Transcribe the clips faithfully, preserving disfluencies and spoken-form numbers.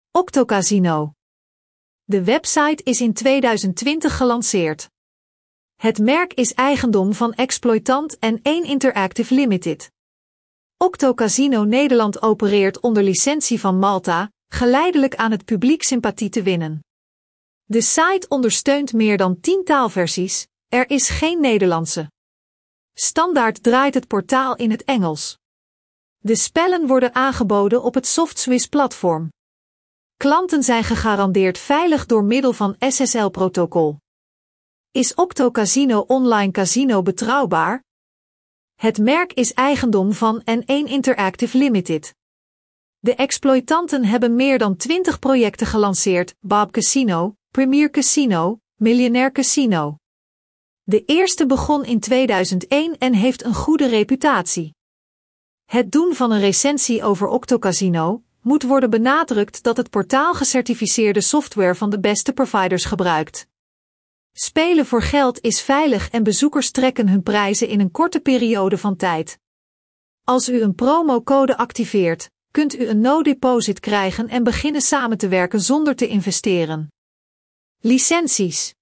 Octocasino. De website is in tweeduizend twintig gelanceerd. Het merk is eigendom van exploitant N één Interactive Limited. Octocasino Nederland opereert onder licentie van Malta, geleidelijk aan het publiek sympathie te winnen. De site ondersteunt meer dan tien taalversies, er is geen Nederlandse. Standaard draait het portaal in het Engels. De spellen worden aangeboden op het SoftSwiss-platform. Klanten zijn gegarandeerd veilig door middel van S S L-protocol. Is Octocasino Online Casino betrouwbaar? Het merk is eigendom van N één Interactive Limited. De exploitanten hebben meer dan twintig projecten gelanceerd: Bob Casino, Premier Casino, Millionaire Casino. De eerste begon in tweeduizend één en heeft een goede reputatie. Het doen van een recensie over Octocasino moet worden benadrukt dat het portaal gecertificeerde software van de beste providers gebruikt. Spelen voor geld is veilig en bezoekers trekken hun prijzen in een korte periode van tijd. Als u een promocode activeert, kunt u een no-deposit krijgen en beginnen samen te werken zonder te investeren. Licenties.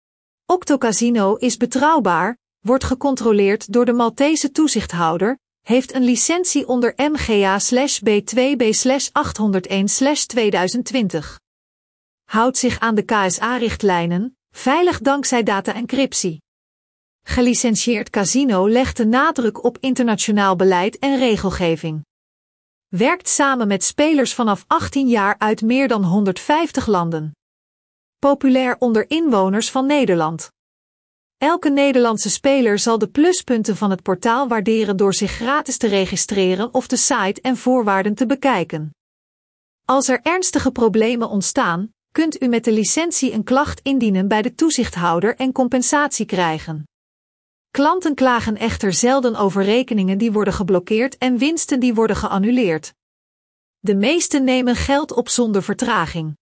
Octocasino is betrouwbaar, wordt gecontroleerd door de Maltese toezichthouder, heeft een licentie onder M G A B twee B achthonderdéén tweeduizend twintig. Houdt zich aan de K S A-richtlijnen, veilig dankzij data-encryptie. Gelicentieerd casino legt de nadruk op internationaal beleid en regelgeving. Werkt samen met spelers vanaf achttien jaar uit meer dan honderdvijftig landen. Populair onder inwoners van Nederland. Elke Nederlandse speler zal de pluspunten van het portaal waarderen door zich gratis te registreren of de site en voorwaarden te bekijken. Als er ernstige problemen ontstaan, kunt u met de licentie een klacht indienen bij de toezichthouder en compensatie krijgen. Klanten klagen echter zelden over rekeningen die worden geblokkeerd en winsten die worden geannuleerd. De meesten nemen geld op zonder vertraging.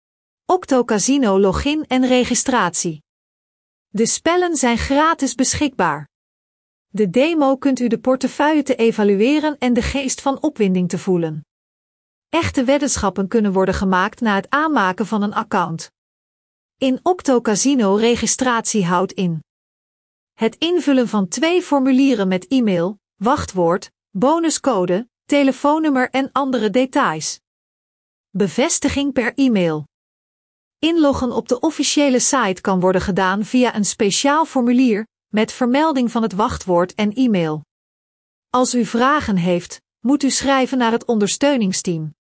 Octocasino login en registratie. De spellen zijn gratis beschikbaar. De demo kunt u de portefeuille te evalueren en de geest van opwinding te voelen. Echte weddenschappen kunnen worden gemaakt na het aanmaken van een account. In Octocasino registratie houdt in het invullen van twee formulieren met e-mail, wachtwoord, bonuscode, telefoonnummer en andere details. Bevestiging per e-mail. Inloggen op de officiële site kan worden gedaan via een speciaal formulier, met vermelding van het wachtwoord en e-mail. Als u vragen heeft, moet u schrijven naar het ondersteuningsteam.